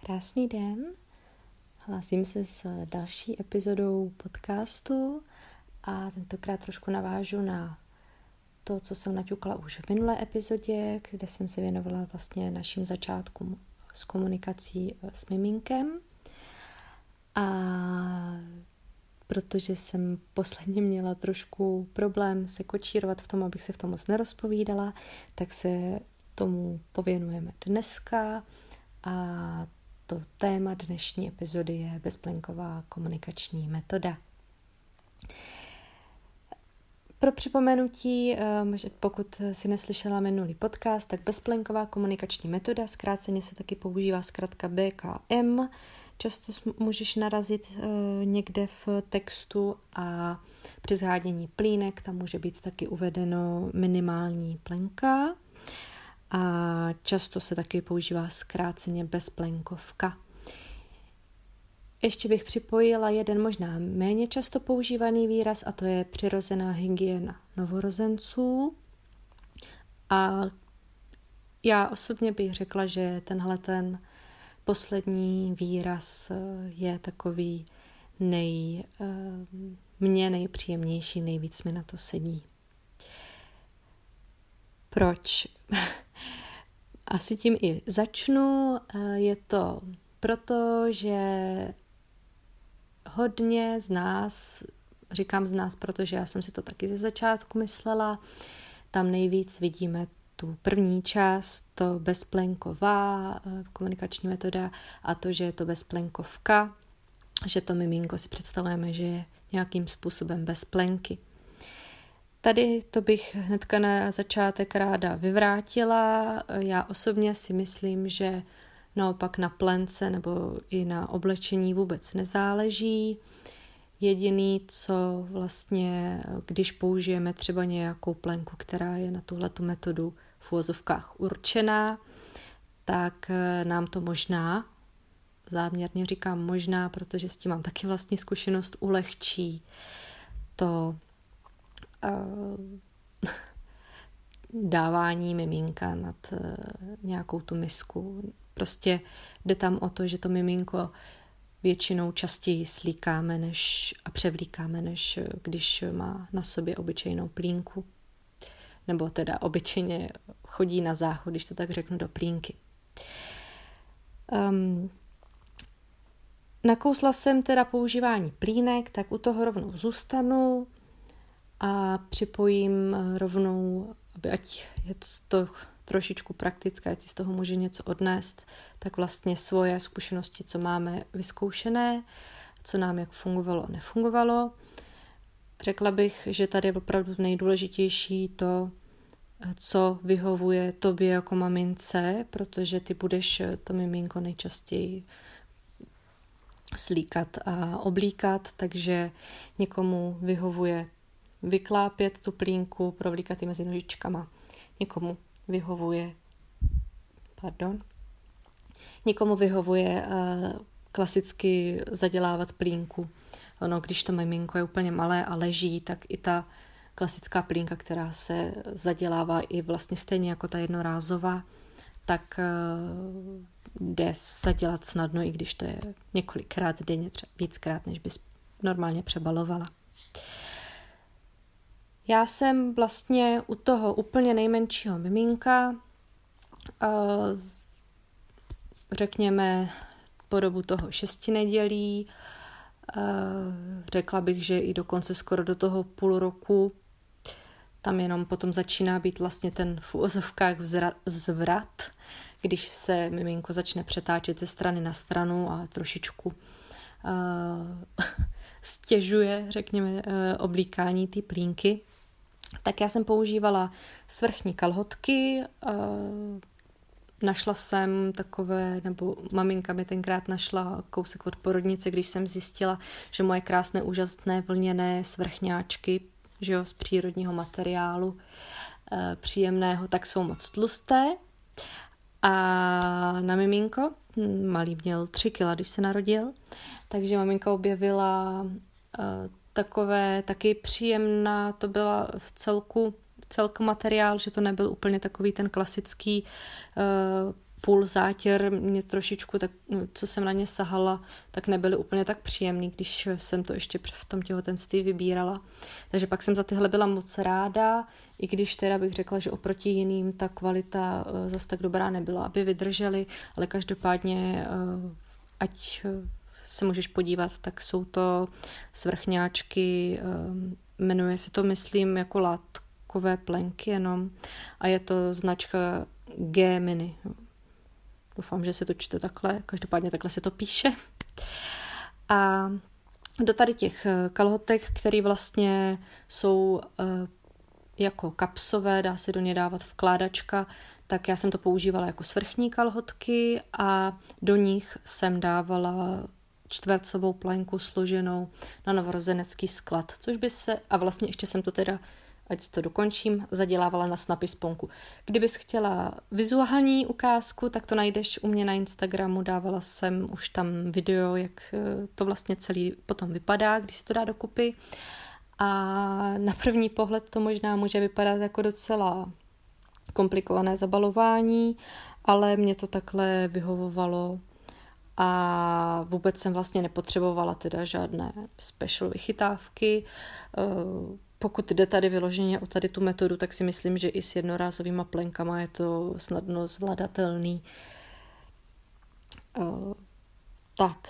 Krásný den, hlásím se s další epizodou podcastu a tentokrát trošku navážu na to, co jsem naťukla už v minulé epizodě, kde jsem se věnovala vlastně našim začátkům s komunikací s miminkem. A protože jsem posledně měla trošku problém se kočírovat v tom, abych se v tom moc nerozpovídala, tak se tomu pověnujeme dneska a to téma dnešní epizody je bezplenková komunikační metoda. Pro připomenutí, pokud si neslyšela minulý podcast, tak bezplenková komunikační metoda, zkráceně se taky používá zkratka BKM. Často můžeš narazit někde v textu a při zhádění plínek tam může být taky uvedeno minimální plenka. A často se taky používá zkráceně bezplenkovka. Ještě bych připojila jeden možná méně často používaný výraz a to je přirozená hygiena novorozenců. A já osobně bych řekla, že tenhle ten poslední výraz je takový mně nejpříjemnější, nejvíc mi na to sedí. Proč? Asi tím i začnu. Je to proto, že hodně z nás, říkám z nás, protože já jsem si to taky ze začátku myslela, tam nejvíc vidíme tu první část, to bezplenková komunikační metoda a to, že je to bezplenkovka, že to miminko si představujeme, že je nějakým způsobem bez plenky. Tady to bych hnedka na začátek ráda vyvrátila. Já osobně si myslím, že naopak na plence nebo i na oblečení vůbec nezáleží. Jediný, co vlastně, když použijeme třeba nějakou plenku, která je na tuhletu metodu v uvozovkách určená, tak nám to možná, záměrně říkám možná, protože s tím mám taky vlastní zkušenost, ulehčí to dávání miminka nad nějakou tu misku. Prostě jde tam o to, že to miminko většinou častěji slíkáme a převlíkáme, než když má na sobě obyčejnou plínku. Nebo teda obyčejně chodí na záchod, když to tak řeknu, do plínky. Nakousla jsem teda používání plínek, tak u toho rovnou zůstanu a připojím rovnou, aby ať je to trošičku praktické, ať si z toho může něco odnést, tak vlastně svoje zkušenosti, co máme vyzkoušené, co nám jak fungovalo, nefungovalo. Řekla bych, že tady je opravdu nejdůležitější to, co vyhovuje tobě jako mamince, protože ty budeš to miminko nejčastěji slíkat a oblíkat, takže někomu vyhovuje vyklápět tu plínku, provlíkat ji mezi nožičkama. Někomu vyhovuje klasicky zadělávat plínku. Ono, když to miminko je úplně malé a leží, tak i ta klasická plínka, která se zadělává i vlastně stejně jako ta jednorázová, tak jde zadělat snadno, i když to je několikrát denně, třeba víckrát, než bys normálně přebalovala. Já jsem vlastně u toho úplně nejmenšího miminka, řekněme po dobu toho 6 nedělí, řekla bych, že i dokonce skoro do toho půl roku, tam jenom potom začíná být vlastně ten v uvozovkách zvrat, když se miminko začne přetáčet ze strany na stranu a trošičku stěžuje, řekněme, oblíkání té plínky. Tak já jsem používala svrchní kalhotky, našla jsem takové, nebo maminka mi tenkrát našla kousek od porodnice, když jsem zjistila, že moje krásné, úžasné vlněné svrchňáčky, že jo, z přírodního materiálu příjemného, tak jsou moc tlusté. A na miminko, malý měl 3 kg, když se narodil, takže maminka objevila takové taky příjemná, to byla v celku materiál, že to nebyl úplně takový ten klasický půl zátěr mě trošičku, tak, co jsem na ně sahala, tak nebyly úplně tak příjemný, když jsem to ještě v tom těhotenství vybírala. Takže pak jsem za tyhle byla moc ráda, i když teda bych řekla, že oproti jiným ta kvalita zase tak dobrá nebyla, aby vydrželi, ale každopádně ať se můžeš podívat, tak jsou to svrchňáčky, jmenuje se to, myslím, jako látkové plenky jenom a je to značka G-mini. Doufám, že se to čte takhle, každopádně takhle se to píše. A do tady těch kalhotek, které vlastně jsou jako kapsové, dá se do ně dávat vkládačka, tak já jsem to používala jako svrchní kalhotky a do nich jsem dávala čtvercovou plenku složenou na novorozenecký sklad, což by se, a vlastně ještě jsem to teda, ať to dokončím, zadělávala na snapy sponku. Kdybys chtěla vizuální ukázku, tak to najdeš u mě na Instagramu, dávala jsem už tam video, jak to vlastně celý potom vypadá, když se to dá dokupy. A na první pohled to možná může vypadat jako docela komplikované zabalování, ale mě to takhle vyhovovalo a vůbec jsem vlastně nepotřebovala teda žádné special vychytávky. Pokud jde tady vyloženě o tady tu metodu, tak si myslím, že i s jednorázovýma plenkama je to snadno zvladatelný. Tak.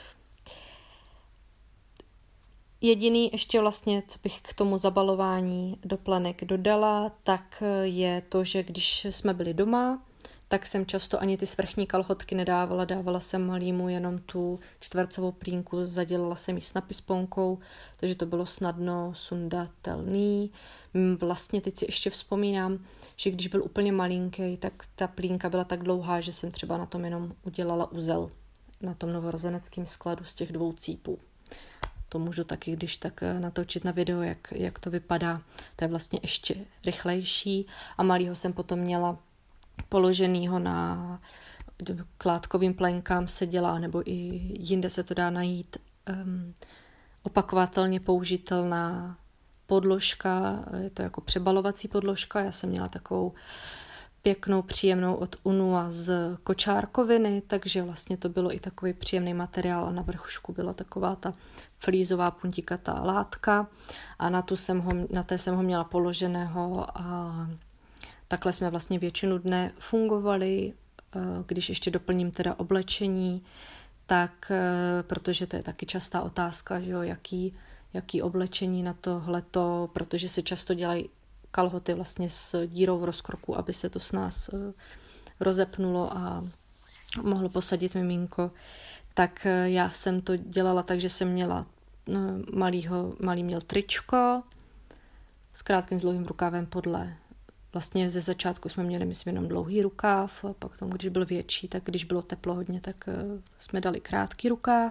Jediný ještě vlastně, co bych k tomu zabalování do plenek dodala, tak je to, že když jsme byli doma, tak jsem často ani ty svrchní kalhotky nedávala, dávala jsem malýmu jenom tu čtvercovou plínku, zadělala jsem ji snapy sponkou, takže to bylo snadno sundatelný. Vlastně teď si ještě vzpomínám, že když byl úplně malinký, tak ta plínka byla tak dlouhá, že jsem třeba na tom jenom udělala uzel na tom novorozeneckém skladu z těch 2 cípů. To můžu taky, když tak natočit na video, jak to vypadá. To je vlastně ještě rychlejší. A malýho jsem potom měla položenýho na klátkovým plenkám seděla, nebo i jinde se to dá najít. Opakovatelně použitelná podložka, je to jako přebalovací podložka. Já jsem měla takovou pěknou, příjemnou od Unua z kočárkoviny, takže vlastně to bylo i takový příjemný materiál a na vrchušku byla taková ta flízová puntikatá látka a na té jsem ho měla položeného a takhle jsme vlastně většinu dne fungovali, když ještě doplním teda oblečení, tak protože to je taky častá otázka, že jo, jaký oblečení na tohleto, protože se často dělají kalhoty vlastně s dírou v rozkroku, aby se to s nás rozepnulo a mohlo posadit miminko. Tak já jsem to dělala tak, že jsem měla malý měl tričko s krátkým s dlouhým rukávem podle. Vlastně ze začátku jsme měli, myslím, jenom dlouhý rukáv, a pak tomu, když byl větší, tak když bylo teplo hodně, tak jsme dali krátký rukáv.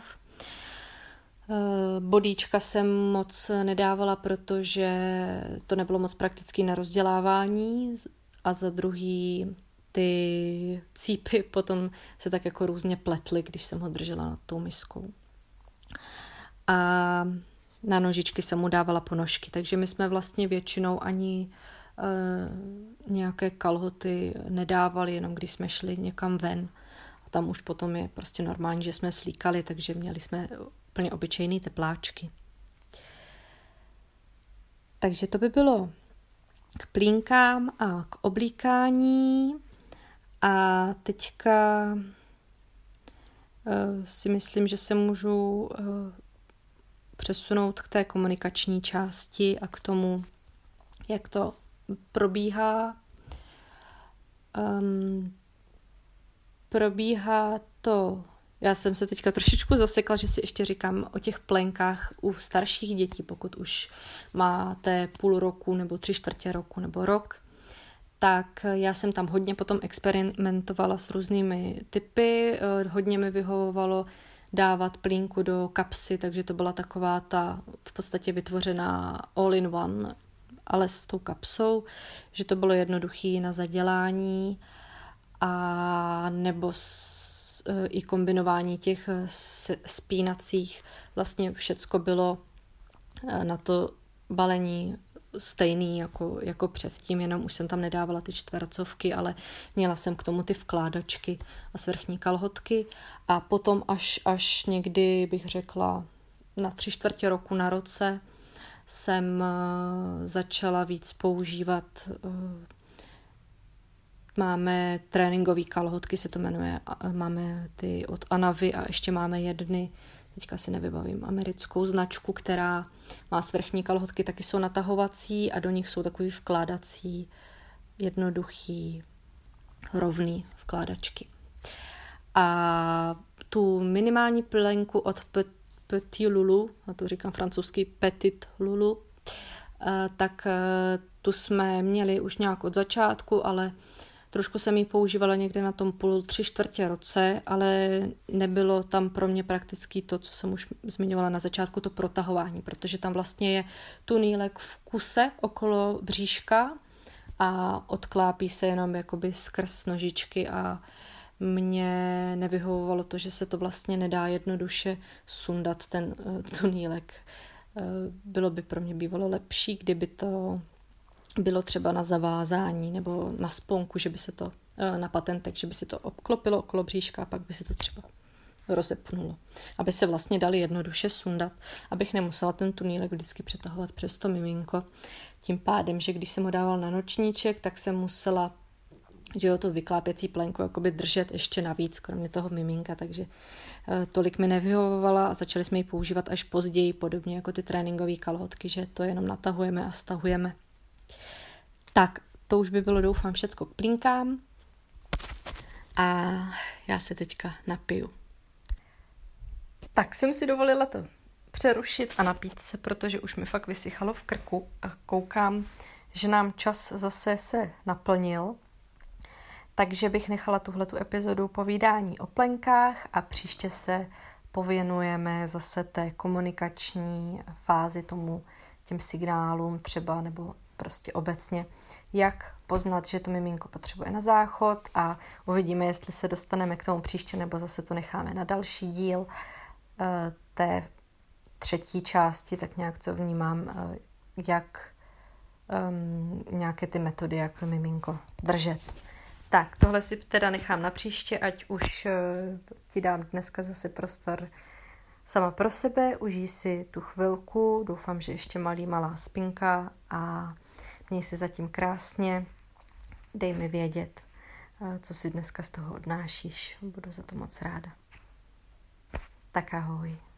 Bodíčka jsem moc nedávala, protože to nebylo moc praktický na rozdělávání a za druhý ty cípy potom se tak jako různě pletly, když jsem ho držela nad tou miskou. A na nožičky jsem mu dávala ponožky, takže my jsme vlastně většinou ani nějaké kalhoty nedávali, jenom když jsme šli někam ven. A tam už potom je prostě normální, že jsme slíkali, takže měli jsme úplně obyčejný tepláčky. Takže to by bylo k plínkám a k oblíkání. A teďka si myslím, že se můžu přesunout k té komunikační části a k tomu, jak to probíhá. Probíhá to, já jsem se teďka trošičku zasekla, že si ještě říkám o těch plenkách u starších dětí, pokud už máte půl roku nebo 3/4 roku nebo rok, tak já jsem tam hodně potom experimentovala s různými typy, hodně mi vyhovovalo dávat plínku do kapsy, takže to byla taková ta v podstatě vytvořená all-in-one, ale s tou kapsou, že to bylo jednoduché na zadělání a nebo i kombinování těch spínacích. Vlastně všecko bylo na to balení stejný jako předtím, jenom už jsem tam nedávala ty čtvercovky, ale měla jsem k tomu ty vkládačky a svrchní kalhotky a potom až někdy bych řekla na 3/4 roku na roce jsem začala víc používat, máme tréninkové kalhotky, se to jmenuje, máme ty od Anavy a ještě máme jedny, teďka si nevybavím, americkou značku, která má svrchní kalhotky, taky jsou natahovací a do nich jsou takový vkládací, jednoduchý, rovný vkládačky. A tu minimální plenku od Petit Lulu, a to říkám francouzsky Petit Lulu, tak tu jsme měli už nějak od začátku, ale trošku jsem ji používala někde na tom 3/4 roce, ale nebylo tam pro mě prakticky to, co jsem už zmiňovala na začátku, to protahování, protože tam vlastně je tunýlek v kuse okolo bříška a odklápí se jenom jakoby skrz nožičky a mně nevyhovovalo to, že se to vlastně nedá jednoduše sundat ten tunýlek. Bylo by pro mě bývalo lepší, kdyby to bylo třeba na zavázání nebo na sponku, že by se to na patentek, že by se to obklopilo okolo bříška a pak by se to třeba rozepnulo. Aby se vlastně dali jednoduše sundat, abych nemusela ten tunýlek vždycky přetahovat přes to miminko. Tím pádem, že když jsem ho dával na nočníček, tak jsem musela to vyklápěcí plenku jakoby držet ještě navíc, kromě toho miminka, takže tolik mi nevyhovovala a začali jsme ji používat až později, podobně jako ty tréninkové kalhotky, že to jenom natahujeme a stahujeme. Tak, to už by bylo, doufám, všecko k plinkám a já se teďka napiju. Tak jsem si dovolila to přerušit a napít se, protože už mi fakt vysychalo v krku a koukám, že nám čas zase se naplnil, takže bych nechala tuhletu epizodu povídání o plenkách a příště se pověnujeme zase té komunikační fázi těm signálům třeba, nebo prostě obecně, jak poznat, že to miminko potřebuje na záchod a uvidíme, jestli se dostaneme k tomu příště, nebo zase to necháme na další díl té 3. části, tak nějak co vnímám, jak nějaké ty metody, jak miminko držet. Tak, tohle si teda nechám na příště, ať už ti dám dneska zase prostor sama pro sebe, užij si tu chvilku, doufám, že ještě malá spinka a měj si zatím krásně, dej mi vědět, co si dneska z toho odnášíš, budu za to moc ráda. Tak ahoj.